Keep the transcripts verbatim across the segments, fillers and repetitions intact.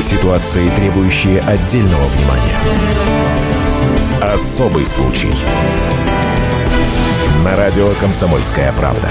Ситуации, требующие отдельного внимания. Особый случай. На радио «Комсомольская правда».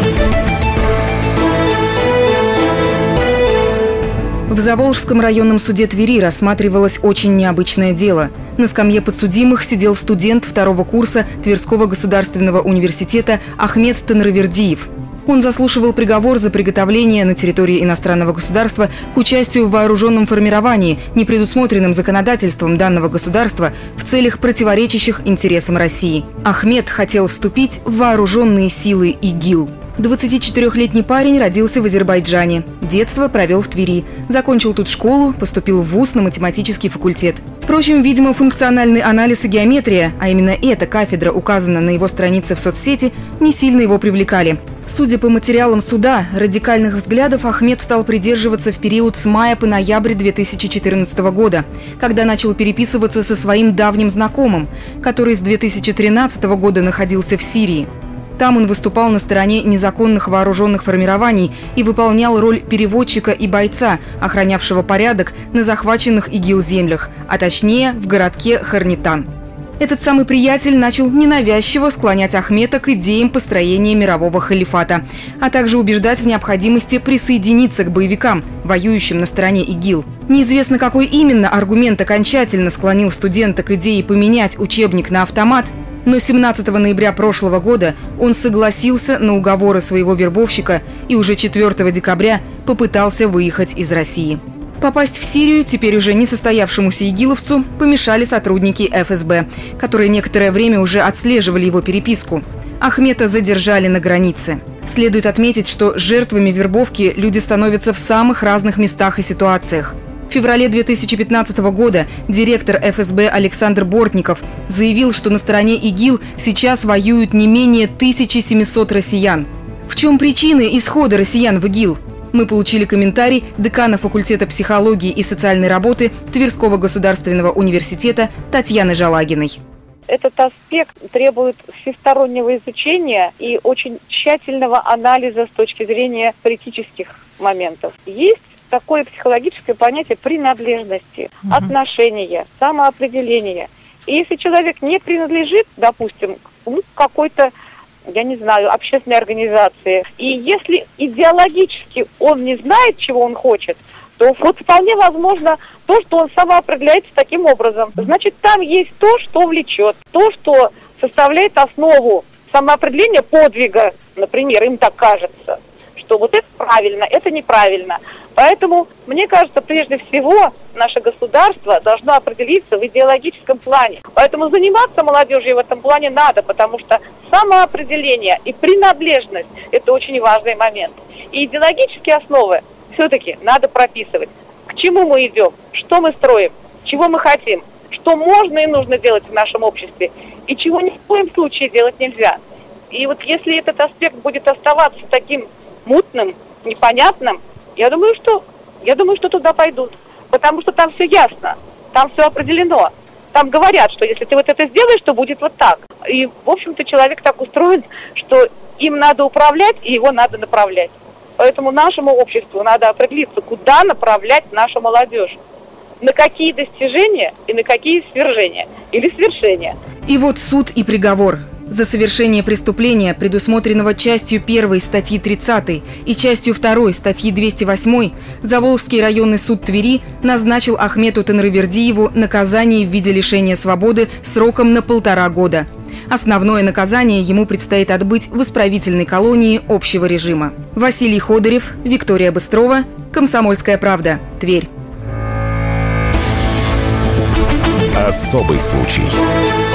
В Заволжском районном суде Твери рассматривалось очень необычное дело. На скамье подсудимых сидел студент второго курса Тверского государственного университета Ахмед Танравердиев. Он заслушивал приговор за приготовление на территории иностранного государства к участию в вооруженном формировании, не предусмотренным законодательством данного государства в целях, противоречащих интересам России. Ахмед хотел вступить в вооруженные силы ИГИЛ. двадцатичетырёхлетний парень родился в Азербайджане. Детство провел в Твери. Закончил тут школу, поступил в вуз на математический факультет. Впрочем, видимо, функциональный анализ и геометрия, а именно эта кафедра указана на его странице в соцсети, не сильно его привлекали. Судя по материалам суда, радикальных взглядов Ахмед стал придерживаться в период с мая по ноябрь две тысячи четырнадцатого года, когда начал переписываться со своим давним знакомым, который с две тысячи тринадцатого года находился в Сирии. Там он выступал на стороне незаконных вооруженных формирований и выполнял роль переводчика и бойца, охранявшего порядок на захваченных ИГИЛ землях, а точнее в городке Харнитан. Этот самый приятель начал ненавязчиво склонять Ахмеда к идеям построения мирового халифата, а также убеждать в необходимости присоединиться к боевикам, воюющим на стороне ИГИЛ. Неизвестно, какой именно аргумент окончательно склонил студента к идее поменять учебник на автомат, но семнадцатого ноября прошлого года он согласился на уговоры своего вербовщика и уже четвёртого декабря попытался выехать из России. Попасть в Сирию теперь уже несостоявшемуся игиловцу помешали сотрудники эф эс бэ, которые некоторое время уже отслеживали его переписку. Ахмеда задержали на границе. Следует отметить, что жертвами вербовки люди становятся в самых разных местах и ситуациях. В феврале две тысячи пятнадцатого года директор эф эс бэ Александр Бортников заявил, что на стороне ИГИЛ сейчас воюют не менее тысячи семисот россиян. В чем причины исхода россиян в ИГИЛ? Мы получили комментарий декана факультета психологии и социальной работы Тверского государственного университета Татьяны Жалагиной. Этот аспект требует всестороннего изучения и очень тщательного анализа с точки зрения политических моментов. Есть такое психологическое понятие принадлежности, угу. отношения, самоопределения. И если человек не принадлежит, допустим, к какой-то, я не знаю, общественной организации, и если идеологически он не знает, чего он хочет, то вот вполне возможно то, что он самоопределяется таким образом. Значит, там есть то, что влечет, то, что составляет основу самоопределения подвига, например, им так кажется, что вот это правильно, это неправильно. Поэтому, мне кажется, прежде всего наше государство должно определиться в идеологическом плане. Поэтому заниматься молодежью в этом плане надо, потому что самоопределение и принадлежность – это очень важный момент. И идеологические основы все-таки надо прописывать. К чему мы идем, что мы строим, чего мы хотим, что можно и нужно делать в нашем обществе, и чего ни в коем случае делать нельзя. И вот если этот аспект будет оставаться таким мутным, непонятным, я думаю, что я думаю, что туда пойдут. Потому что там все ясно, там все определено. Там говорят, что если ты вот это сделаешь, то будет вот так. И, в общем-то, человек так устроен, что им надо управлять, и его надо направлять. Поэтому нашему обществу надо определиться, куда направлять нашу молодежь. На какие достижения и на какие свержения или свершения. И вот суд и приговор. За совершение преступления, предусмотренного частью первой статьи тридцатой и частью второй статьи двести восьмой, Заволжский районный суд Твери назначил Ахмеду Танравердиеву наказание в виде лишения свободы сроком на полтора года. Основное наказание ему предстоит отбыть в исправительной колонии общего режима. Василий Ходырев, Виктория Быстрова, «Комсомольская правда», Тверь. Особый случай.